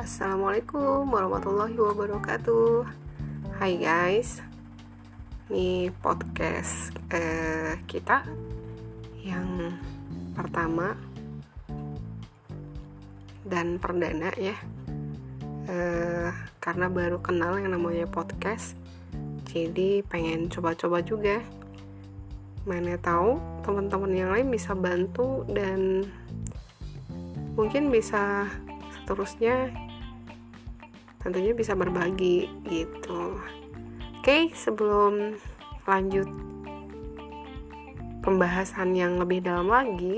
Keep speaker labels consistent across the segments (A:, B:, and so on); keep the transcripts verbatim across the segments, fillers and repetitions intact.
A: Assalamualaikum warahmatullahi wabarakatuh. Hai guys, ini podcast eh, kita yang pertama dan perdana ya, eh, karena baru kenal yang namanya podcast, jadi pengen coba-coba juga. Mana tahu teman-teman yang lain bisa bantu dan mungkin bisa seterusnya tentunya bisa berbagi gitu. Oke, sebelum lanjut pembahasan yang lebih dalam lagi,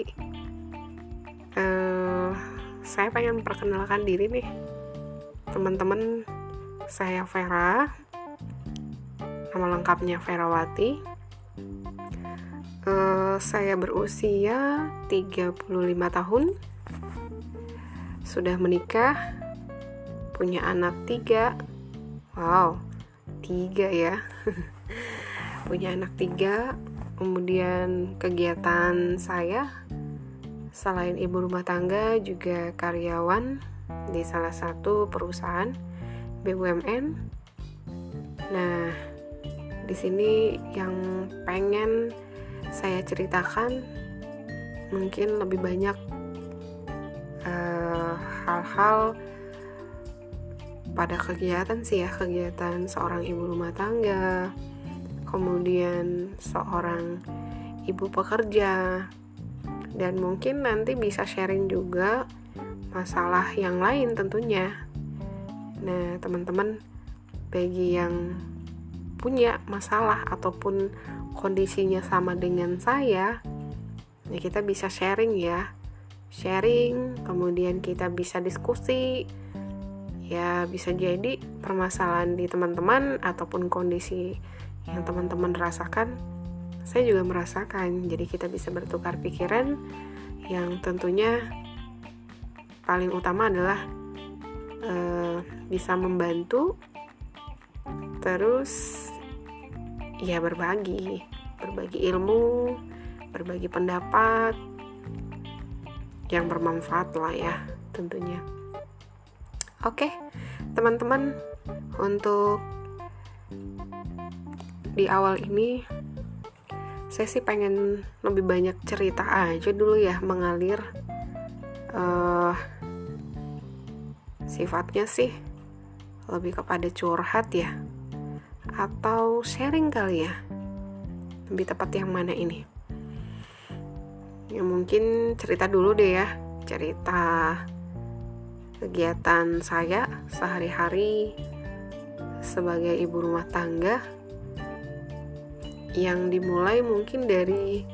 A: eh, saya pengen perkenalkan diri nih teman-teman. Saya Vera, nama lengkapnya Verawati. eh, Saya berusia tiga puluh lima tahun, sudah menikah, punya anak tiga. Wow, tiga ya. Punya anak tiga. Kemudian kegiatan saya selain ibu rumah tangga juga karyawan di salah satu perusahaan B U M N. Nah, di sini yang pengen saya ceritakan mungkin lebih banyak uh, hal-hal pada kegiatan sih ya, kegiatan seorang ibu rumah tangga, kemudian seorang ibu pekerja, dan mungkin nanti bisa sharing juga masalah yang lain tentunya. Nah, teman-teman, bagi yang punya masalah ataupun kondisinya sama dengan saya, ya kita bisa sharing ya, sharing, kemudian kita bisa diskusi. Ya, bisa jadi permasalahan di teman-teman ataupun kondisi yang teman-teman rasakan, saya juga merasakan. Jadi kita bisa bertukar pikiran, yang tentunya paling utama adalah eh, bisa membantu, terus ya berbagi, berbagi ilmu, berbagi pendapat yang bermanfaat lah ya tentunya. Oke, teman-teman, untuk di awal ini saya sih pengen lebih banyak cerita aja dulu ya, mengalir. Uh, sifatnya sih lebih kepada curhat ya, atau sharing kali ya. Lebih tepat yang mana ini? Ya mungkin cerita dulu deh ya, cerita kegiatan saya sehari-hari sebagai ibu rumah tangga, yang dimulai mungkin dari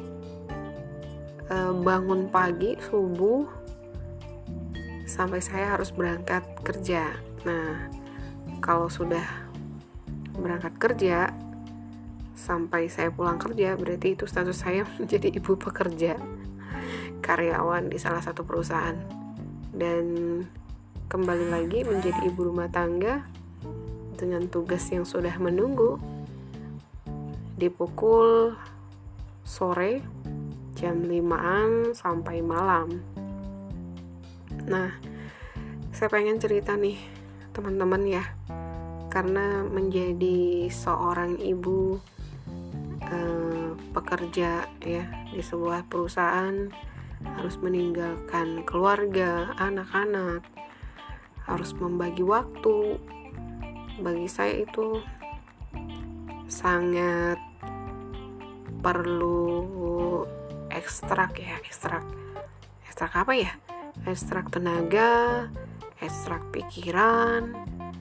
A: e, bangun pagi subuh sampai saya harus berangkat kerja. Nah, kalau sudah berangkat kerja sampai saya pulang kerja, berarti itu status saya menjadi ibu pekerja, karyawan di salah satu perusahaan. Dan kembali lagi menjadi ibu rumah tangga dengan tugas yang sudah menunggu di pukul sore jam limaan sampai malam. Nah, saya pengen cerita nih teman-teman ya, karena menjadi seorang ibu eh, pekerja ya di sebuah perusahaan, harus meninggalkan keluarga, anak-anak, harus membagi waktu. Bagi saya itu sangat perlu ekstrak ya, ekstrak ekstrak apa ya? Ekstrak tenaga, ekstrak pikiran.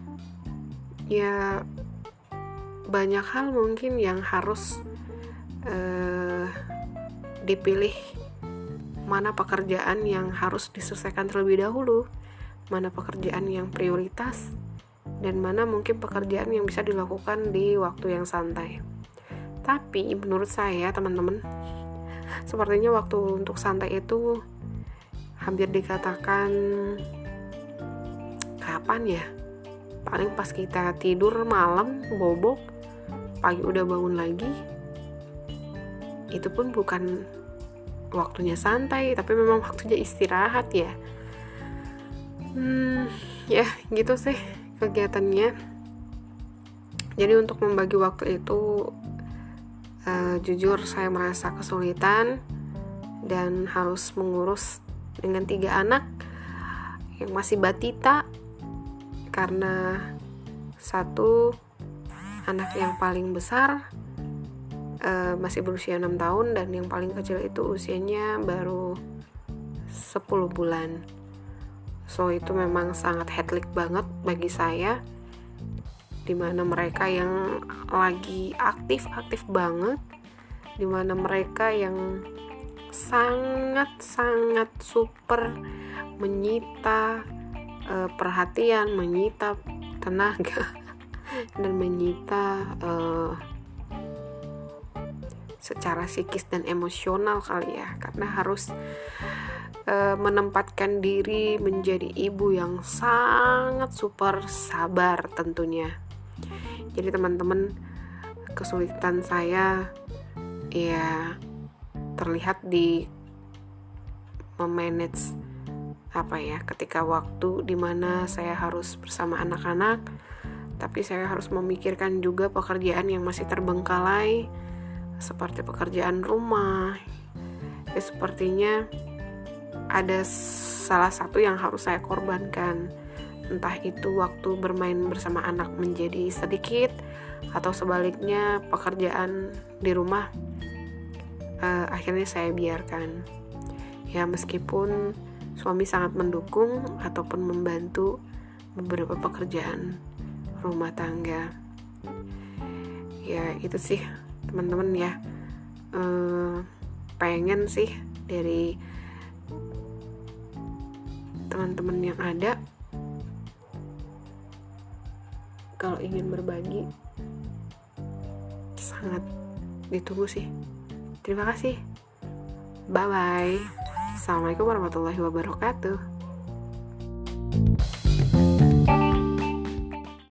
A: Ya, banyak hal mungkin yang harus eh, dipilih. Mana pekerjaan yang harus diselesaikan terlebih dahulu, mana pekerjaan yang prioritas, dan mana mungkin pekerjaan yang bisa dilakukan di waktu yang santai. Tapi menurut saya teman-teman, sepertinya waktu untuk santai itu hampir dikatakan kapan ya? Paling pas kita tidur malam, bobok, pagi udah bangun lagi. Itu pun bukan waktunya santai, tapi memang waktunya istirahat ya. hmm, ya gitu sih kegiatannya. Jadi untuk membagi waktu itu uh, jujur saya merasa kesulitan dan harus mengurus dengan tiga anak yang masih batita, karena satu anak yang paling besar uh, masih berusia enam tahun dan yang paling kecil itu usianya baru sepuluh bulan. So itu memang sangat hectic banget bagi saya, dimana mereka yang lagi aktif-aktif banget, dimana mereka yang sangat-sangat super menyita uh, perhatian, menyita tenaga dan menyita uh, secara psikis dan emosional kali ya, karena harus uh, menempatkan diri menjadi ibu yang sangat super sabar tentunya. Jadi teman-teman, kesulitan saya ya terlihat di memanage apa ya, ketika waktu dimana saya harus bersama anak-anak, tapi saya harus memikirkan juga pekerjaan yang masih terbengkalai seperti pekerjaan rumah. Ya sepertinya ada salah satu yang harus saya korbankan, entah itu waktu bermain bersama anak menjadi sedikit, atau sebaliknya pekerjaan di rumah uh, akhirnya saya biarkan. Ya meskipun suami sangat mendukung ataupun membantu beberapa pekerjaan rumah tangga. Ya itu sih teman-teman ya, uh, pengen sih dari teman-teman yang ada, kalau ingin berbagi sangat ditunggu sih. Terima kasih. Bye bye. Assalamualaikum warahmatullahi wabarakatuh.